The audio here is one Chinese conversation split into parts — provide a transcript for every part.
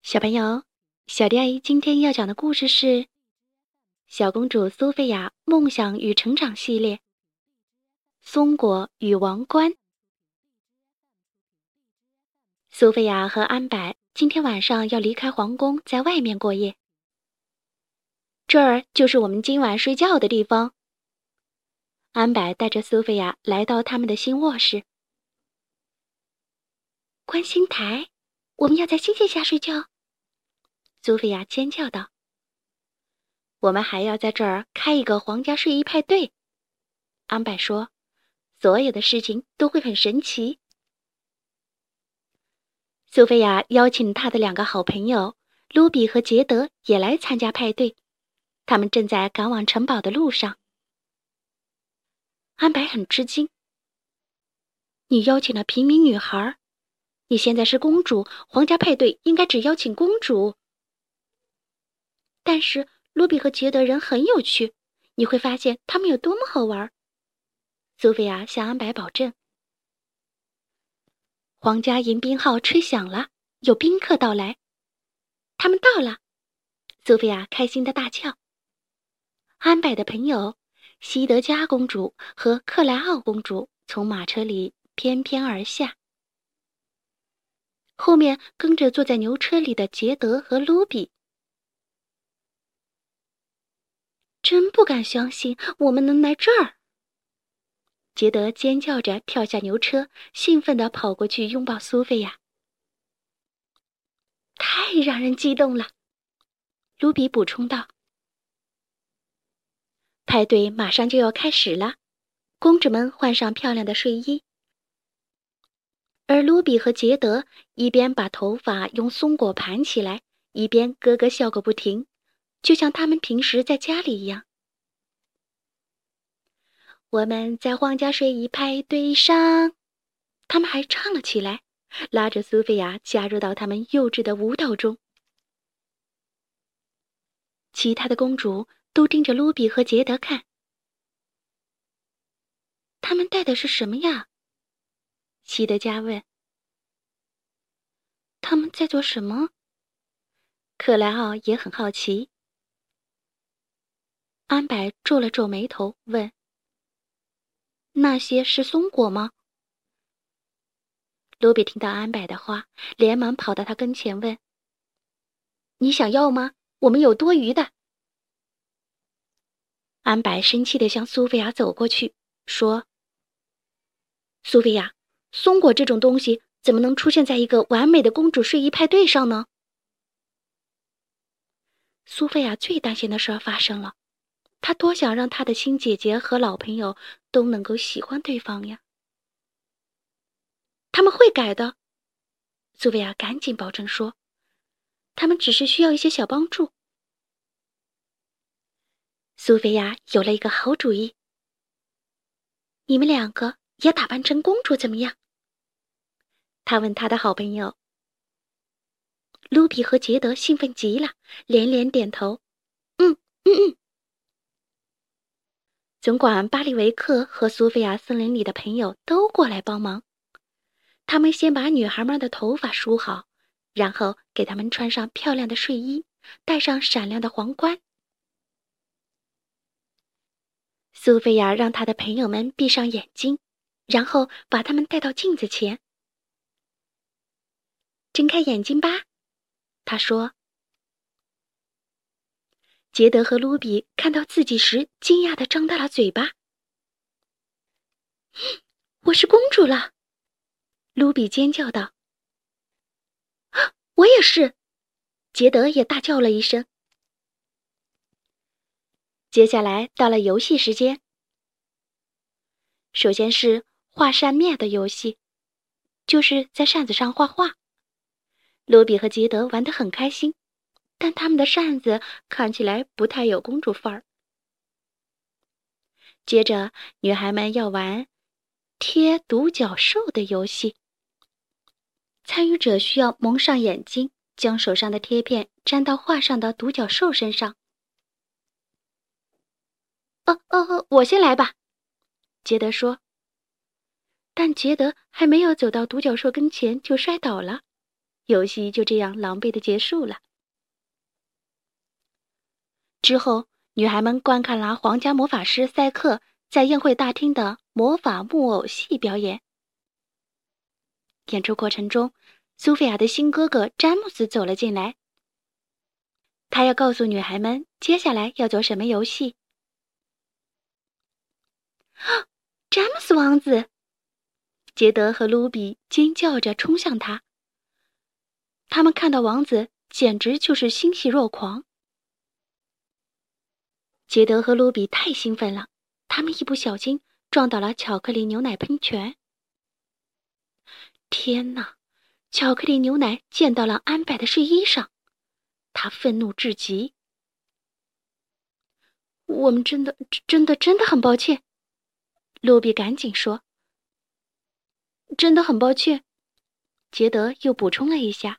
小朋友，小迪阿姨今天要讲的故事是《小公主苏菲亚梦想与成长系列》。松果与王冠。苏菲亚和安柏今天晚上要离开皇宫，在外面过夜。这儿就是我们今晚睡觉的地方。安柏带着苏菲亚来到他们的新卧室。观星台，我们要在星星下睡觉。苏菲亚尖叫道：“我们还要在这儿开一个皇家睡衣派对。”安柏说：“所有的事情都会很神奇。”苏菲亚邀请她的两个好朋友卢比和杰德也来参加派对，他们正在赶往城堡的路上。安柏很吃惊：“你邀请了平民女孩，你现在是公主，皇家派对应该只邀请公主。”但是卢比和杰德人很有趣，你会发现他们有多么好玩。苏菲亚向安柏保证。皇家迎宾号吹响了，有宾客到来。他们到了，苏菲亚开心地大叫。安柏的朋友西德加公主和克莱奥公主从马车里翩翩而下，后面跟着坐在牛车里的杰德和卢比。真不敢相信我们能来这儿！杰德尖叫着跳下牛车，兴奋地跑过去拥抱苏菲亚。太让人激动了，卢比补充道。派对马上就要开始了，公主们换上漂亮的睡衣，而卢比和杰德一边把头发用松果盘起来，一边咯咯笑个不停，就像他们平时在家里一样。我们在皇家睡衣派对上，他们还唱了起来，拉着苏菲亚加入到他们幼稚的舞蹈中。其他的公主都盯着卢比和杰德看。他们戴的是什么呀？西德加问。他们在做什么？克莱奥也很好奇。安柏皱了皱眉头，问：那些是松果吗？卢比听到安柏的话，连忙跑到他跟前问：你想要吗？我们有多余的。安柏生气地向苏菲亚走过去，说：苏菲亚，松果这种东西怎么能出现在一个完美的公主睡衣派对上呢？苏菲亚最担心的事发生了，她多想让她的新姐姐和老朋友都能够喜欢对方呀。他们会改的，苏菲亚赶紧保证说，他们只是需要一些小帮助。苏菲亚有了一个好主意，你们两个也打扮成公主怎么样？她问她的好朋友。卢比和杰德兴奋极了，连连点头。嗯。总管巴利维克和苏菲亚森林里的朋友都过来帮忙。他们先把女孩们的头发梳好，然后给她们穿上漂亮的睡衣，戴上闪亮的皇冠。苏菲亚让她的朋友们闭上眼睛，然后把他们带到镜子前。睁开眼睛吧，她说。杰德和卢比看到自己时，惊讶地张大了嘴巴。我是公主了！卢比尖叫道。我也是！杰德也大叫了一声。接下来到了游戏时间。首先是画扇面的游戏，就是在扇子上画画。卢比和杰德玩得很开心，但他们的扇子看起来不太有公主范儿。接着，女孩们要玩贴独角兽的游戏。参与者需要蒙上眼睛，将手上的贴片粘到画上的独角兽身上。我先来吧，杰德说。但杰德还没有走到独角兽跟前就摔倒了。 游戏就这样狼狈地结束了。之后，女孩们观看了皇家魔法师赛克在宴会大厅的魔法木偶戏表演。演出过程中，苏菲亚的新哥哥詹姆斯走了进来，他要告诉女孩们接下来要做什么游戏。詹姆斯王子！杰德和卢比尖叫着冲向他，他们看到王子简直就是欣喜若狂。杰德和卢比太兴奋了，他们一不小心撞倒了巧克力牛奶喷泉。天哪！巧克力牛奶溅到了安柏的睡衣上，他愤怒至极。我们真的很抱歉，卢比赶紧说。真的很抱歉，杰德又补充了一下。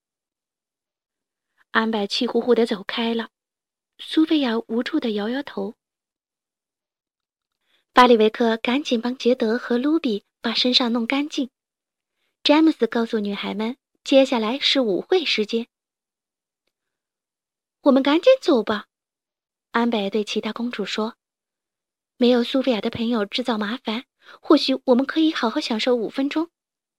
安柏气呼呼地走开了，苏菲亚无助地摇摇头。巴里维克赶紧帮杰德和卢比把身上弄干净。詹姆斯告诉女孩们，接下来是舞会时间。我们赶紧走吧，安柏对其他公主说。没有苏菲亚的朋友制造麻烦，或许我们可以好好享受5分钟。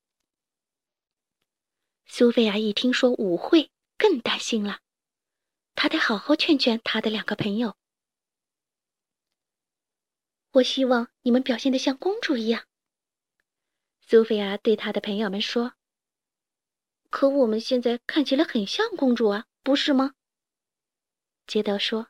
苏菲亚一听说舞会，更担心了。她得好好劝劝她的2个朋友。我希望你们表现得像公主一样，苏菲亚对她的朋友们说。可我们现在看起来很像公主啊，不是吗？杰德说。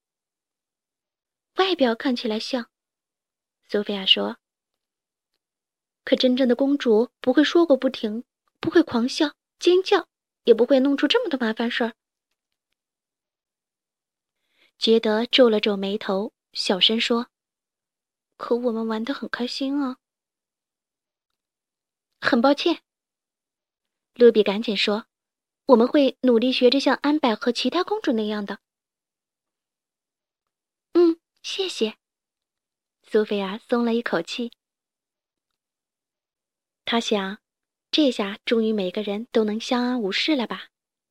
外表看起来像，苏菲亚说。可真正的公主不会说个不停，不会狂笑、尖叫，也不会弄出这么多麻烦事儿。杰德皱了皱眉头，小声说。可我们玩得很开心啊。很抱歉，露比赶紧说，我们会努力学着像安柏和其他公主那样的。谢谢。苏菲亚松了一口气。她想，这下终于每个人都能相安无事了吧。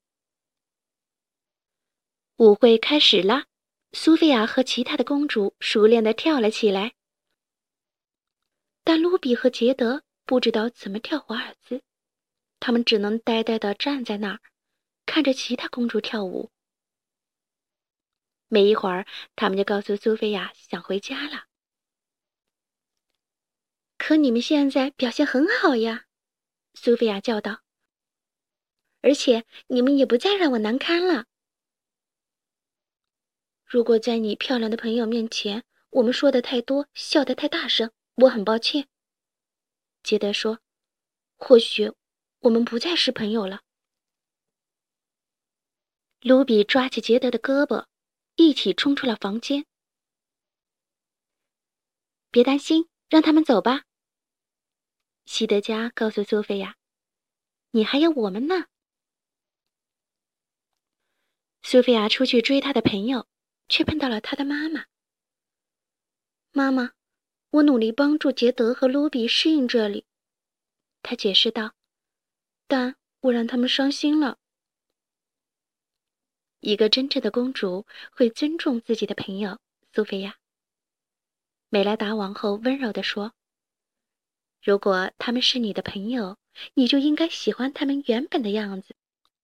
舞会开始啦，苏菲亚和其他的公主熟练地跳了起来。但卢比和杰德不知道怎么跳华尔兹，他们只能呆呆地站在那儿，看着其他公主跳舞。没一会儿，他们就告诉苏菲亚想回家了。可你们现在表现很好呀，苏菲亚叫道。而且你们也不再让我难堪了。如果在你漂亮的朋友面前，我们说的太多，笑得太大声，我很抱歉。杰德说，或许我们不再是朋友了。卢比抓起杰德的胳膊，一起冲出了房间。别担心，让他们走吧。西德加告诉苏菲亚，你还有我们呢。苏菲亚出去追她的朋友，却碰到了她的妈妈。妈妈，我努力帮助杰德和卢比适应这里，她解释道，但我让他们伤心了。一个真正的公主会尊重自己的朋友，苏菲亚。美莱达王后温柔地说，如果他们是你的朋友，你就应该喜欢他们原本的样子。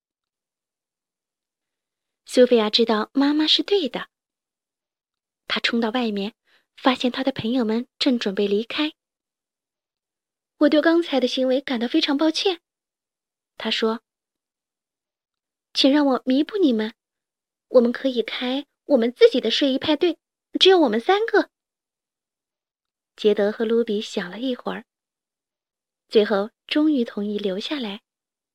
苏菲亚知道妈妈是对的。她冲到外面，发现她的朋友们正准备离开。我对刚才的行为感到非常抱歉，她说。请让我弥补你们，我们可以开我们自己的睡衣派对，只有我们3个。杰德和卢比想了一会儿，最后终于同意留下来。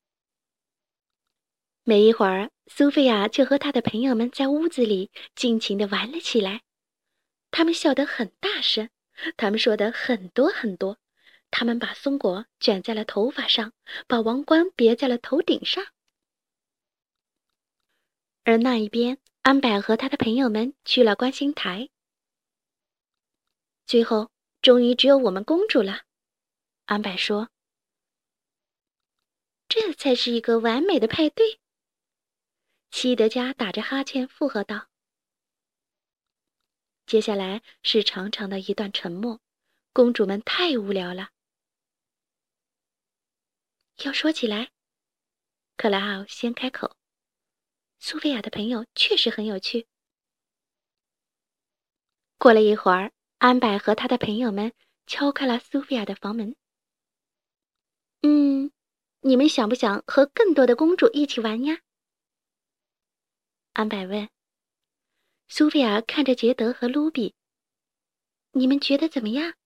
没一会儿，苏菲亚就和她的朋友们在屋子里尽情地玩了起来。他们笑得很大声，他们说的很多很多，他们把松果卷在了头发上，把王冠别在了头顶上。而那一边，安柏和他的朋友们去了观星台。最后，终于只有我们公主了，安柏说。 这才是一个完美的派对。西德加打着哈欠附和道。接下来是长长的一段沉默，公主们太无聊了。要说起来，克莱奥先开口，苏菲亚的朋友确实很有趣。过了一会儿，安柏和他的朋友们敲开了苏菲亚的房门。你们想不想和更多的公主一起玩呀？安柏问。苏菲亚看着杰德和卢比，你们觉得怎么样？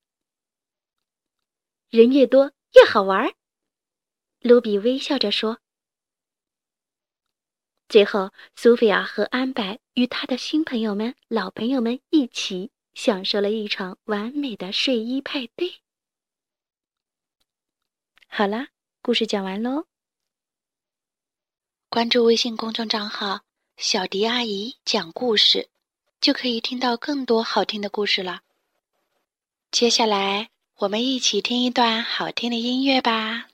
人越多越好玩，卢比微笑着说。最后，苏菲亚和安柏与他的新朋友们、老朋友们一起享受了一场完美的睡衣派对。好啦，故事讲完喽。关注微信公众账号“小迪阿姨讲故事”，就可以听到更多好听的故事了。接下来，我们一起听一段好听的音乐吧。